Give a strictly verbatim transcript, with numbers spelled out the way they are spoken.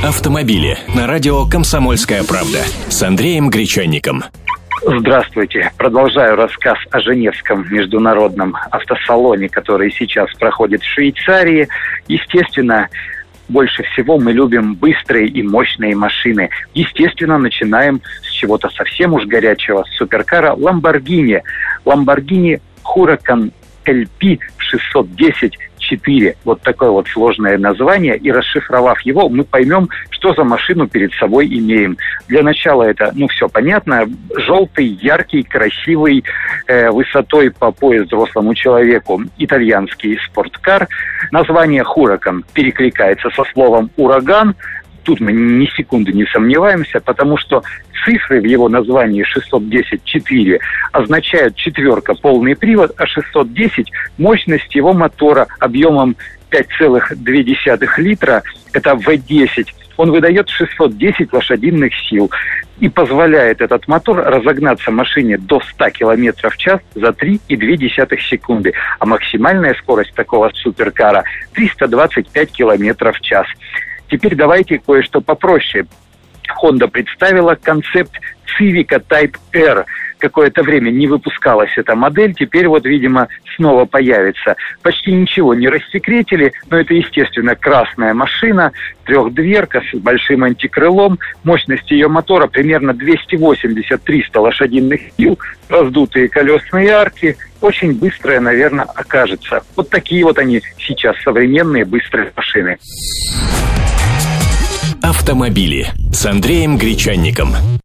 Автомобили на радио «Комсомольская правда» с Андреем Гречанником. Здравствуйте. Продолжаю рассказ о Женевском международном автосалоне, который сейчас проходит в Швейцарии. Естественно, больше всего мы любим быстрые и мощные машины. Естественно, начинаем с чего-то совсем уж горячего, с суперкара Lamborghini. Lamborghini Huracan эл пи шестьсот десять четыре. Вот такое вот сложное название. И расшифровав его, мы поймем, что за машину перед собой имеем. Для начала это, ну, все понятно. Желтый, яркий, красивый, э, высотой по пояс взрослому человеку итальянский спорткар. Название Huracan перекликается со словом «ураган». Тут мы ни секунды не сомневаемся, потому что цифры в его названии шестьсот десять четыре означают четверка полный привод, а шестьсот десять мощность его мотора объемом пять целых две десятых литра, это вэ десять. Он выдает шестьсот десять лошадиных сил и позволяет этот мотор разогнаться машине до ста километров в час за три и две десятых секунды. А максимальная скорость такого суперкара триста двадцать пять километров в час. Теперь давайте кое-что попроще. Honda представила концепт Civic Type R. Какое-то время не выпускалась эта модель, теперь вот, видимо, снова появится. Почти ничего не рассекретили, но это, естественно, красная машина, трехдверка с большим антикрылом. Мощность ее мотора примерно двести восемьдесят - триста лошадиных сил, раздутые колесные арки. Очень быстрая, наверное, окажется. Вот такие вот они сейчас, современные быстрые машины. Автомобили с Андреем Гречанником.